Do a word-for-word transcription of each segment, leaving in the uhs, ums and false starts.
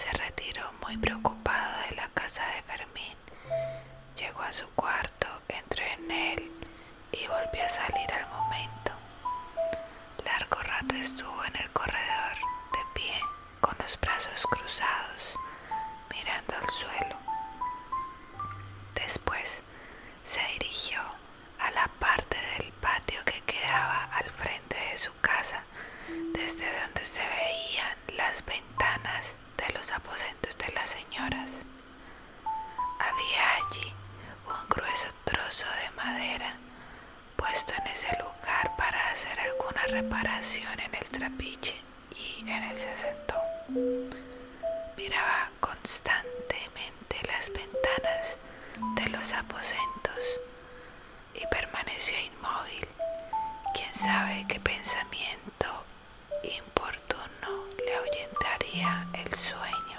se retiró muy preocupado de la casa de Fermín. Llegó a su cuarto, entró en él y volvió a salir al momento. Largo rato estuvo en el corredor, de pie, con los brazos cruzados, mirando al suelo. Después se dirigió a la parte del patio que quedaba al frente de su casa, desde donde se veían las ventanas de los aposentos de las señoras. Había allí un grueso trozo de madera puesto en ese lugar para hacer alguna reparación en el trapiche, y en él se sentó. Miraba constantemente las ventanas de los aposentos y permaneció inmóvil. Quién sabe qué pensamiento importuno le ahuyentaría el sueño.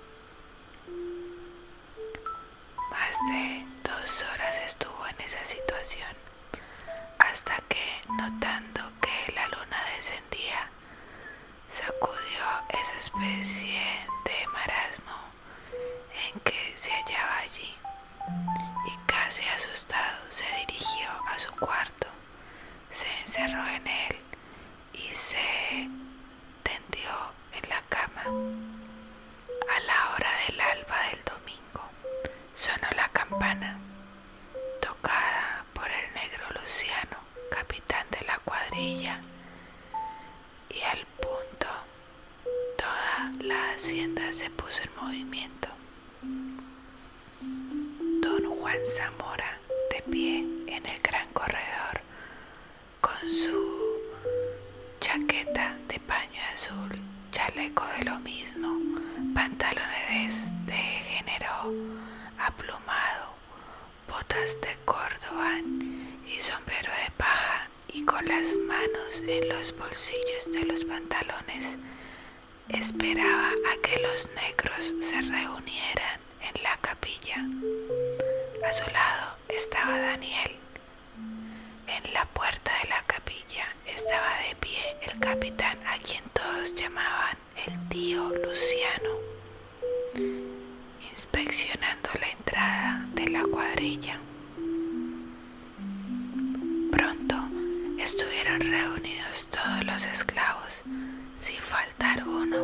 Más de dos horas estuvo en esa situación, hasta que, notando que la luna descendía, sacudió esa especie de marasmo en que se hallaba allí, y casi asustado se dirigió a su cuarto, se encerró en él y se tendió en la cama. A la hora del alba del domingo sonó la campana, tocada por el negro Luciano, capitán de la cuadrilla, y al punto toda la hacienda se puso en movimiento. Don Juan Zamora, de pie en el gran corredor, con su chaqueta de paño azul, chaleco de lo mismo, pantalones de género aplumado, botas de cordobán y sombrero de paja, y con las manos en los bolsillos de los pantalones, esperaba a que los negros se reunieran en la capilla. A su lado estaba Daniel. En la puerta de la capilla estaba de pie el capitán, a quien todos llamaban el tío Luciano, inspeccionando la entrada de la cuadrilla. Pronto estuvieron reunidos todos los esclavos, sin faltar uno.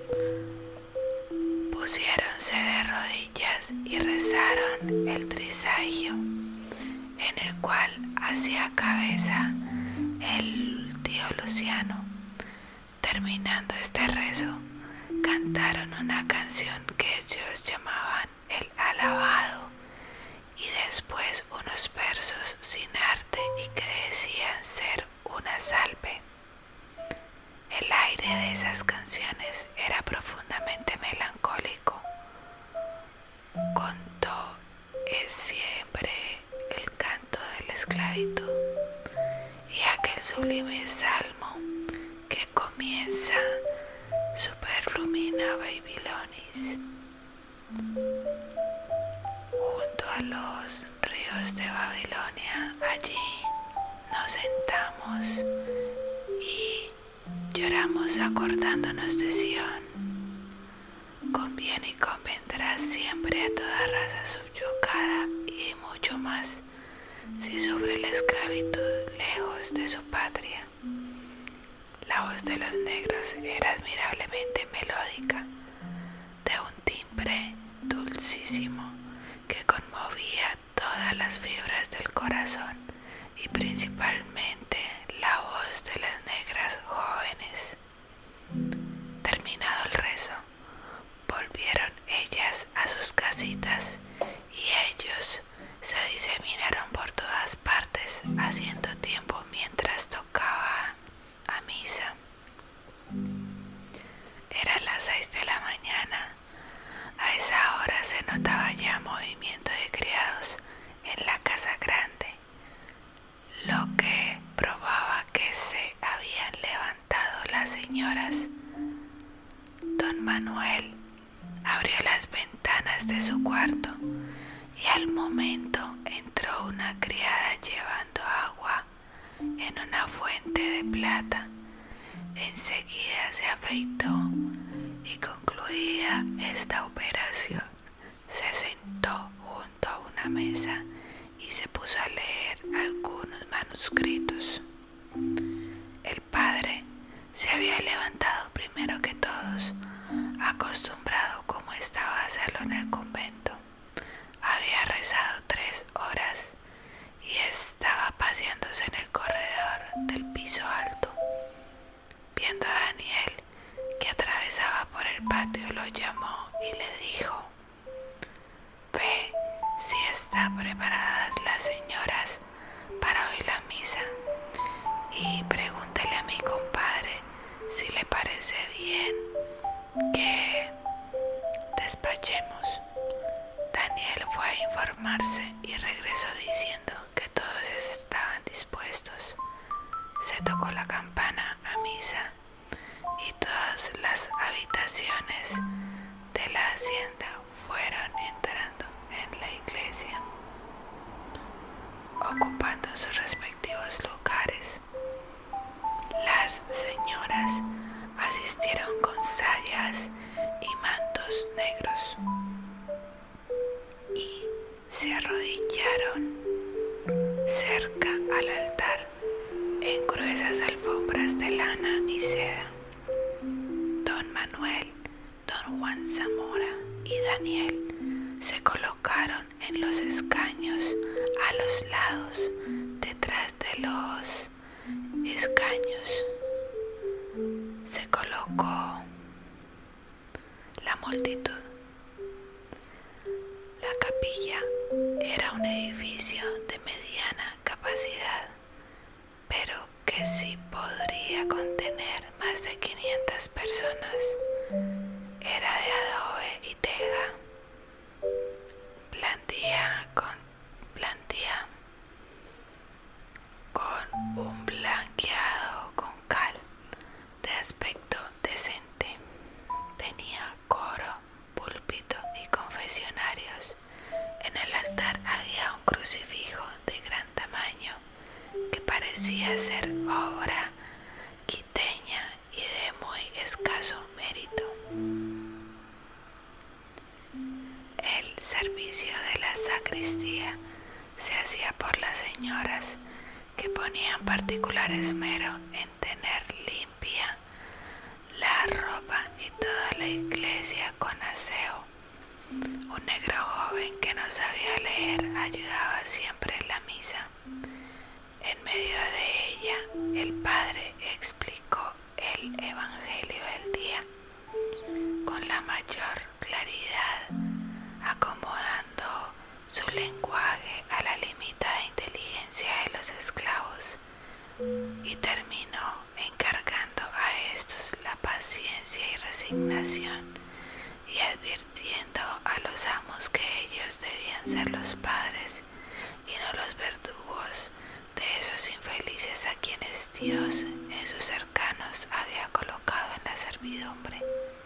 Pusiéronse de rodillas y rezaron el trisagio, en el cual hacía cabeza el tío Luciano. Terminando este rezo, cantaron una canción que ellos llamaban el alabado, y después unos versos sin arte y que decían ser una salve. El aire de esas canciones era profundamente melancólico. Contó es siempre el canto de la esclavitud y aquel sublime salmo que comienza Super lumina Babylonis. Junto a los ríos de Babilonia, allí nos sentamos y lloramos acordándonos de Sión. Conviene y convendrá siempre a toda raza subyugada y mucho más si sufre la esclavitud lejos de su patria. La voz de los negros era admirablemente melódica, de un timbre dulcísimo que conmovía todas las fibras del corazón, y principalmente la voz de las negras jóvenes. Terminado el rezo, volvieron ellas a sus casitas y ellos se diseminaron por todas partes, haciendo tiempo mientras tocaban a misa. Eran las seis de la mañana. A esa hora se notaba ya movimiento de criados en la casa grande, lo que probaba que se habían levantado las señoras. Don Manuel abrió las ventanas de su cuarto y al momento entró una criada llevando agua en una fuente de plata. Enseguida se afeitó y concluida concluida esta operación, se sentó junto a una mesa y se puso a leer algunos manuscritos. El padre se había levantado primero que todos, acostumbrado como estaba a hacerlo en el convento. Había rezado tres horas y estaba paseándose en el corredor del piso alto. Viendo a Daniel, que atravesaba por el patio, lo llamó y le dijo: «Ve si están preparadas las señoras para oír la misa, y pregúntele a mi compadre si le parece bien que despachemos». Daniel fue a informarse y regresó diciendo que todos estaban dispuestos. Se tocó la campana a misa y todas las habitaciones de la hacienda fueron entrando en la iglesia, ocupando sus respectivos lugares. Las señoras asistieron con sayas y mantos negros y se arrodillaron cerca al altar en gruesas alfombras de lana y seda. Don Manuel, don Juan Zamora y Daniel se colocaron en los escaños a los lados, detrás de los escaños se colocó la multitud. La capilla era un edificio de mediana capacidad, pero que sí podría contener más de quinientas personas. Era de adobe y teja, plantilla con plantilla con un blanqueado con cal, de aspecto decente. Tenía coro, púlpito y confesionarios. En el altar había un crucifijo de gran tamaño que parecía ser obra quiteña y de muy escaso mérito. El servicio de la sacristía se hacía por las señoras, que ponían particular esmero en tener limpia la ropa y toda la iglesia con aseo. Un negro joven que no sabía leer ayudaba siempre en la misa. En medio de ella, el padre explicó el evangelio del día con la mayor claridad, acomodando su lenguaje a la limitada inteligencia de los esclavos, y terminó encargando a estos la paciencia y resignación, y advirtiendo a los amos que ellos debían ser los padres y no los verdugos de esos infelices a quienes Dios en sus cercanos había colocado en la servidumbre.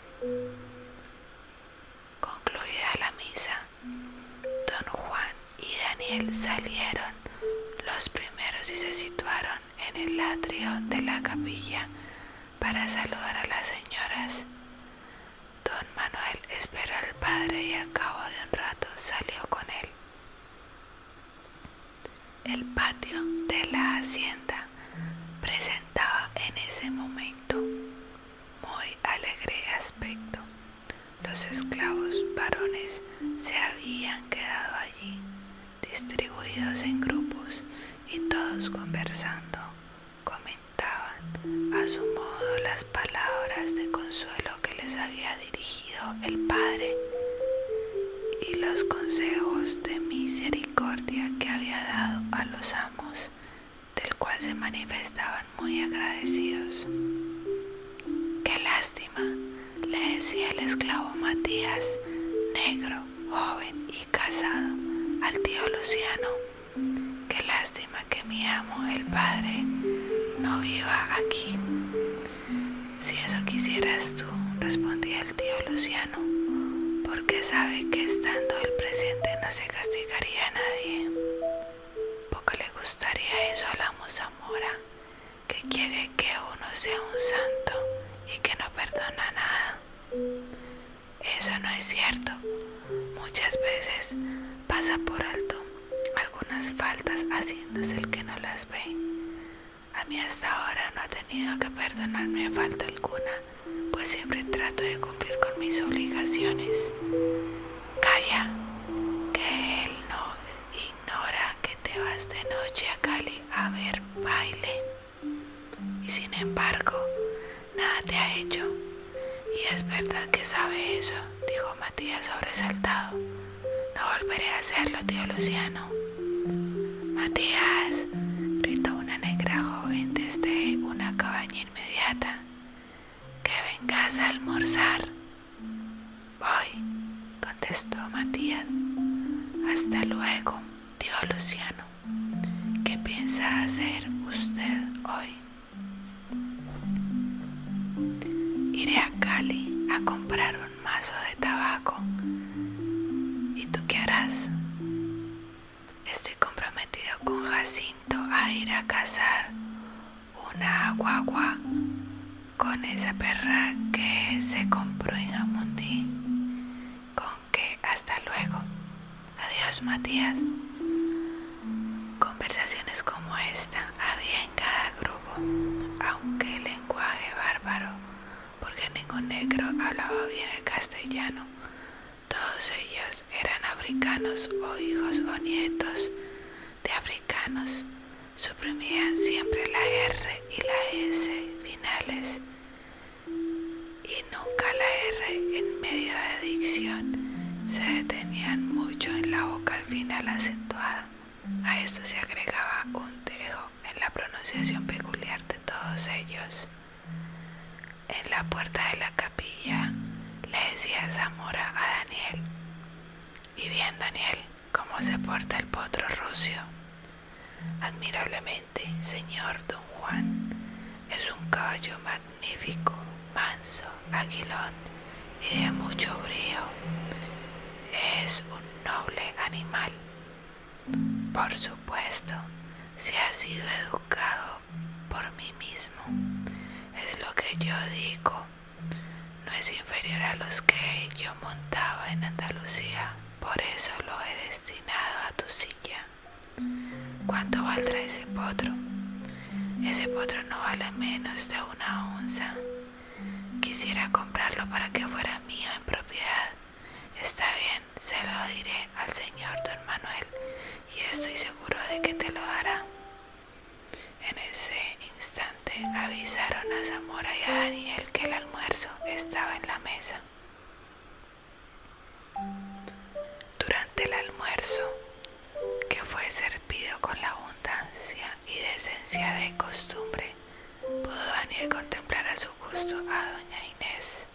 Concluida la misa, don Juan y Daniel salieron los primeros y se situaron en el atrio de la capilla para saludar a las señoras. Don Manuel esperó al padre y al cabo de un rato salió con él. El patio de la hacienda presentaba en ese momento muy alegre aspecto. Los esclavos varones se habían quedado allí, distribuidos en grupos, y todos conversando comentaban a su modo las palabras de consuelo que les había dirigido el padre y los consejos de misericordia que había dado a los amos, del cual se manifestaban muy agradecidos. «Qué lástima», le decía el esclavo Matías, negro, joven y casado, al tío Luciano, «qué lástima que mi amo, el padre, no viva aquí». «Si eso quisieras tú», respondía el tío Luciano, «porque sabe que estando el presente no se castigaría a nadie». Poco le gustaría eso a la Zamora, que quiere que uno sea un santo y que no perdona nada. es cierto, muchas veces pasa por alto algunas faltas haciéndose el que no las ve. A mí hasta ahora no ha tenido que perdonarme falta alguna, pues siempre trato de cumplir con mis obligaciones. Calla, que él no ignora que te vas de noche a Cali a ver baile. Y sin embargo, nada te ha hecho. Y es verdad que sabe eso, dijo Matías sobresaltado. No volveré a hacerlo, tío Luciano. Matías, gritó una negra joven desde una cabaña inmediata. Que vengas a almorzar. Voy, contestó Matías. Hasta luego, tío Luciano. ¿Qué piensa hacer usted hoy? Iré a Cali a comprar un mazo de tabaco. ¿Y tú qué harás? Estoy comprometido con Jacinto a ir a cazar una guagua con esa perra que se compró en Amundi. Con que hasta luego. Adiós, Matías. Conversaciones como esta había en cada grupo, aunque el lenguaje bárbaro, porque ningún negro hablaba bien el castellano. Todos ellos eran africanos o hijos o nietos de africanos. Suprimían siempre la R y la S finales y nunca la R en medio de dicción. Se detenían mucho en la vocal final acentuada. A esto se agregaba un dejo en la pronunciación peculiar de todos ellos. En la puerta de la capilla le decía Zamora a Daniel: y bien, Daniel, ¿cómo se porta el potro rucio? Admirablemente, señor don Juan. Es un caballo magnífico, manso, aguilón y de mucho brío. Es un noble animal. Por supuesto, si ha sido educado por mí mismo. Es lo que yo digo. No es inferior a los que yo montaba en Andalucía. Por eso lo he destinado a tu silla. ¿Cuánto valdrá ese potro? Ese potro no vale menos de una onza. Quisiera comprarlo para que fuera mío en propiedad. Está bien, se lo diré al señor don Manuel y estoy seguro de que te lo dará. En ese instante avisaron a Zamora y a Daniel que el almuerzo estaba en la mesa. Durante el almuerzo, que fue servido con la abundancia y decencia de costumbre, pudo Daniel contemplar a su gusto a doña Inés,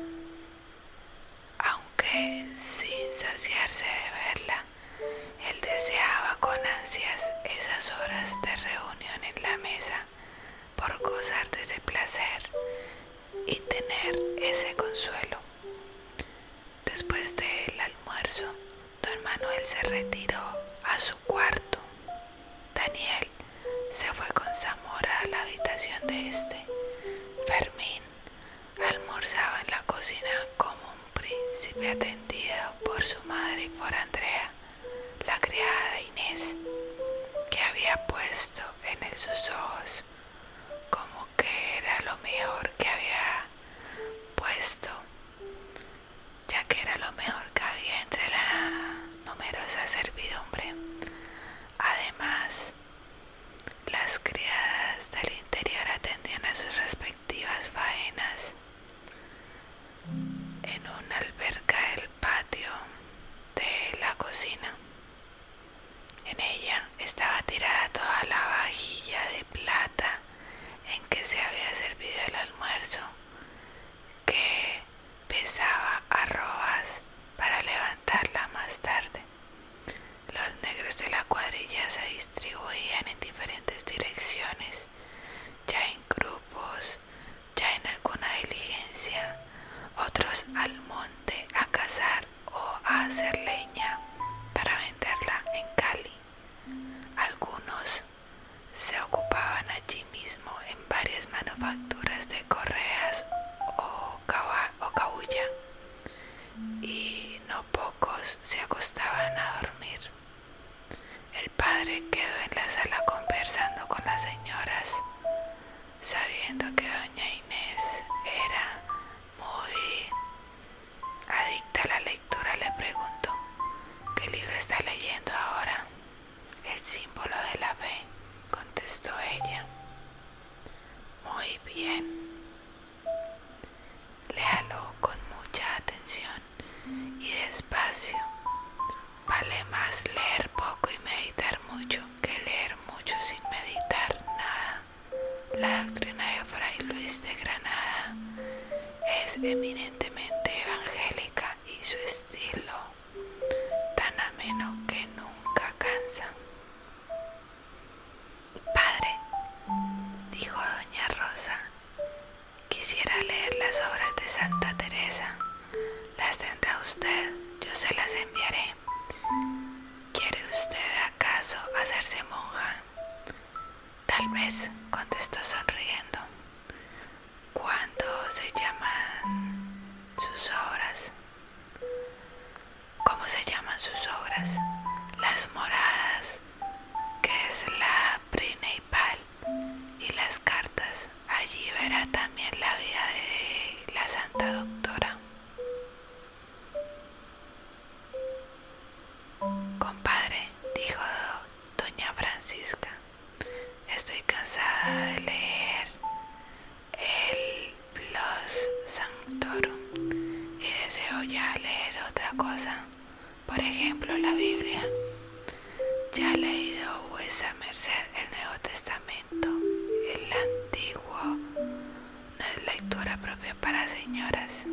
aunque sin saciarse de verla. Él deseaba con ansias esas horas de reunión en la mesa por gozar de ese placer y tener ese consuelo. Después del almuerzo, don Manuel se retiró a su cuarto. Daniel se fue con Zamora a la habitación de este. Fermín almorzaba en la cocina como un príncipe atendido por su madre y por Andrea, la criada de Inés, que había puesto en él sus ojos como que era lo mejor que había puesto, ya que era lo mejor que había entre la numerosa servidumbre. Además, las criadas del interior atendían a sus respectivas faenas en una alberca del patio de la cocina. En ella estaba tirada toda la vajilla de plata en que se había servido el almuerzo, que pesaba arrobas para levantarla más tarde. Los negros de la cuadrilla se distribuían en diferentes direcciones, ya en grupos, ya en alguna diligencia, otros al monte a cazar o a hacer leña para venderla en Cali. Algunos se ocupaban allí mismo en varias manufacturas de correas o, caba, o cabulla, y su estilo tan ameno que nunca cansa. Padre, dijo doña Rosa, quisiera leer las obras de Santa Teresa. Las tendrá usted, yo se las enviaré. ¿Quiere usted acaso hacerse monja? Tal vez, contestó sonriendo. ¿Cuándo se llaman sus obras? ¿Cómo se llaman sus obras? Las Moradas, que es la Principal, y las Cartas. Allí verá también la vida de la Santa Doctora. Compadre, dijo doña Francisca, estoy cansada de leer el Plus Sanctorum y deseo ya leer otra cosa, por ejemplo la Biblia. Ya ha leído vuesa merced el Nuevo Testamento, el Antiguo no es lectura propia para señoras.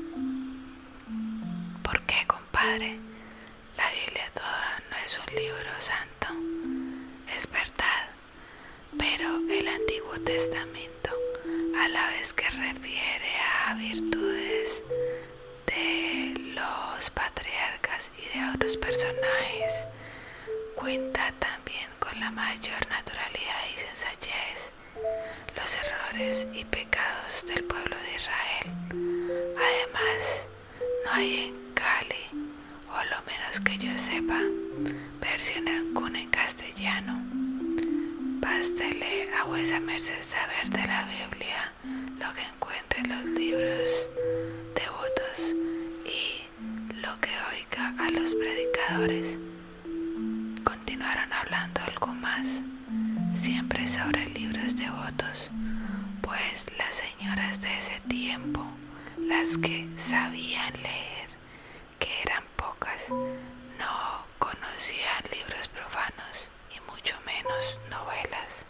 ¿Por qué, compadre? La Biblia toda no es un libro santo, es verdad, pero el Antiguo Testamento, a la vez que refiere a virtudes de los patriarcas y de otros personajes, cuenta también con la mayor naturalidad y sensatez los errores y pecados del pueblo de Israel. Además, no hay en Cali, o lo menos que yo sepa, versión alguna en castellano. Bástele a vuesa merced saber de la Biblia lo que encuentre en los libros devotos y lo que oiga a los predicadores. Continuaron hablando algo más, siempre sobre libros devotos, pues las señoras de ese tiempo, las que sabían leer, que eran pocas, no conocían libros profanos y mucho menos novelas.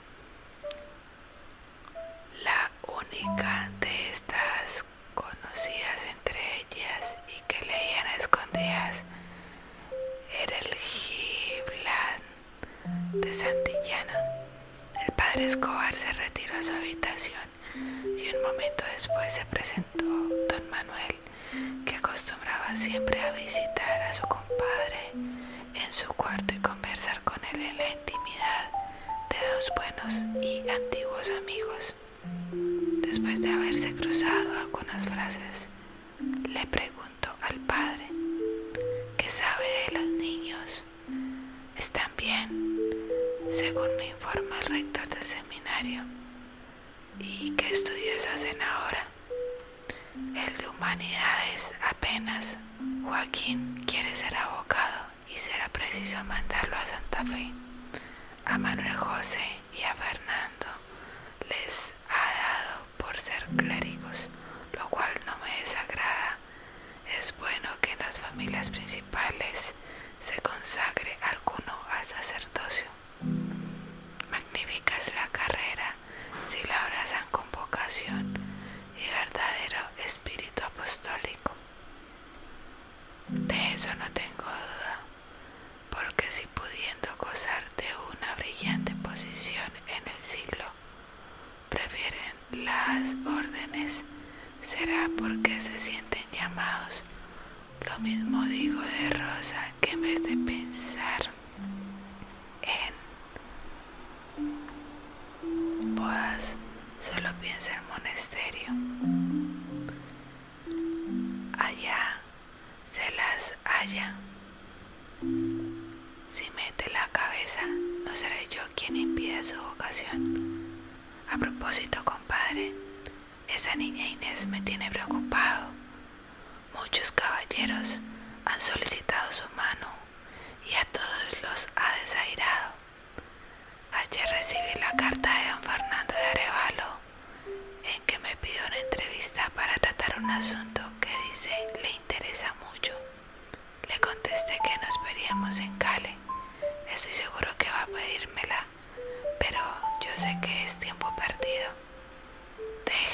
La única de estas conocidas entre ellas y que leían a escondidas era el Gibran de Santillana. El padre Escobar se retiró a su habitación y un momento después se presentó don Manuel, que acostumbraba siempre a visitar a su compadre en su cuarto y conversar con él en la intimidad de dos buenos y antiguos amigos. Después de haberse cruzado algunas frases, le preguntó al padre: ¿qué sabe de los niños? ¿Están bien, según me informa el rector del seminario? ¿Y qué estudios hacen ahora? El de humanidades apenas. Joaquín quiere ser abogado y será preciso mandarlo a Santa Fe. A Manuel José y a Fernando les ha dado por ser clérigos, lo cual no me desagrada. Es bueno que en las familias principales se consagre alguno al sacerdocio. Magnífica es la carrera si la abrazan con vocación y verdadero espíritu apostólico. De eso no tengo duda, porque si pudiendo gozar de una brillante posición en el siglo, prefieren las órdenes, será porque se sienten llamados. Lo mismo digo de Rosa, que en vez de pensar en bodas, solo piensa en monasterio. Allá se las halla. Si mete la cabeza, no seré yo quien impida su vocación. A propósito, compadre, esa niña Inés me tiene preocupado. Muchos caballeros han solicitado su mano y a todos los ha desairado. Ayer recibí la carta de don Fernando de Arévalo, en que me pide una entrevista para tratar un asunto que dice le interesa mucho. Le contesté que nos veríamos en Cali. Estoy seguro que va a pedírmela, pero yo sé que es tiempo perdido. Deje, pues,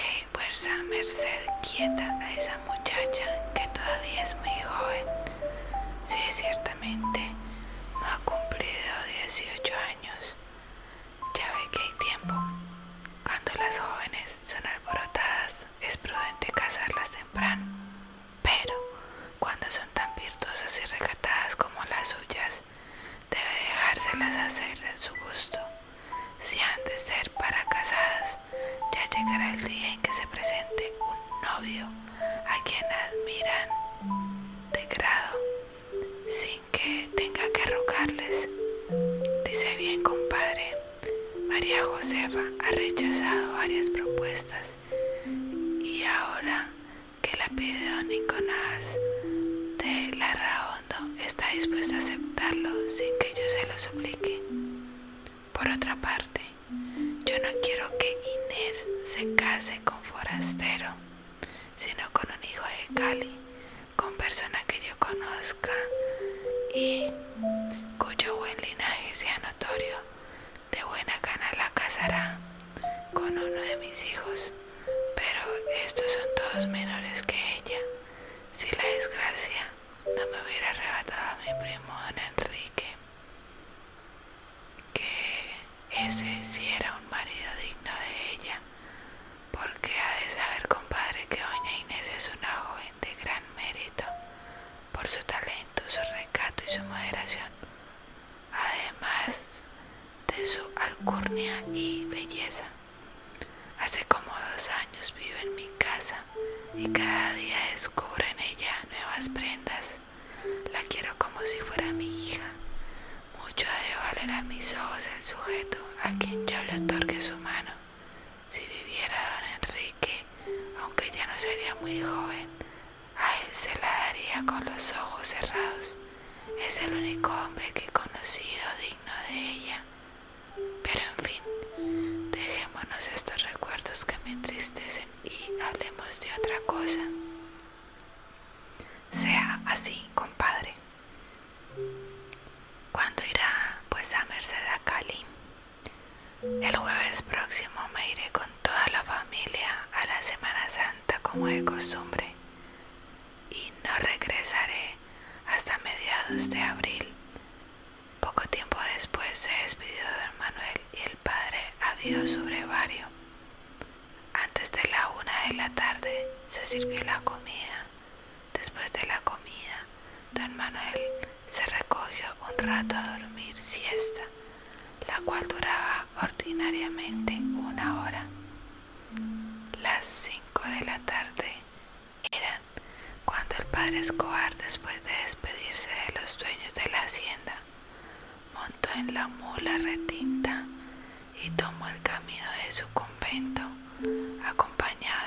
fuerza merced quieta a esa muchacha que todavía es muy joven. Sí, ciertamente, no ha cumplido dieciocho años. Ya ve que hay tiempo. Cuando las jóvenes son alborotadas, es prudente casarlas temprano. Pero, cuando son tan virtuosas y recatadas como las suyas, debe dejárselas hacer a su gusto. Si han de ser para casadas, ya llegará el día en que se presente un novio a quien admiran de grado, sin que tenga que rogarles. Dice bien, compadre. María Josefa ha rechazado varias propuestas y ahora que la pide don Nicolás de Larrahondo está dispuesta a aceptarlo sin que yo se lo suplique. Por otra parte, yo no quiero que Inés se case con forastero, sino con un hijo de Cali, con persona que yo conozca y cuyo buen linaje sea notorio. De buena gana la casará con uno de mis hijos, pero estos son todos menores que ella. Si la desgracia no me hubiera arrebatado a mi primo don Enrique, que ese sí era un marido digno de ella, porque ha de saber, compadre, que doña Inés es una joven de gran mérito, por su talento, su recato y su moderación, además de su alcurnia y belleza. Hace como dos años vive en mi casa y cada día descubro en ella nuevas prendas. La quiero como si fuera mi hija. Mucho ha de valer a mis ojos el sujeto a quien yo le otorgue su mano. Si viviera don Enrique, aunque ya no sería muy joven, a él se la daría con los ojos cerrados. Es el único hombre que he conocido digno de ella. Pero en fin, dejémonos estos recuerdos que me entristecen y hablemos de otra cosa. Sea así, compadre. ¿Cuándo irá pues a merced a Cali? El jueves próximo me iré con toda la familia a la Semana Santa como de costumbre y no regresaré hasta mediados de abril. Poco tiempo después se despidió don Manuel y el padre abrió su brevario. Antes de la una de la tarde se sirvió la comida. Después de la comida, don Manuel se recogió un rato a dormir siesta, la cual duraba ordinariamente una hora. Las cinco de la tarde eran cuando el padre Escobar, después de despedirse de los dueños de la hacienda, montó en la mula retinta y tomó el camino de su convento, acompañado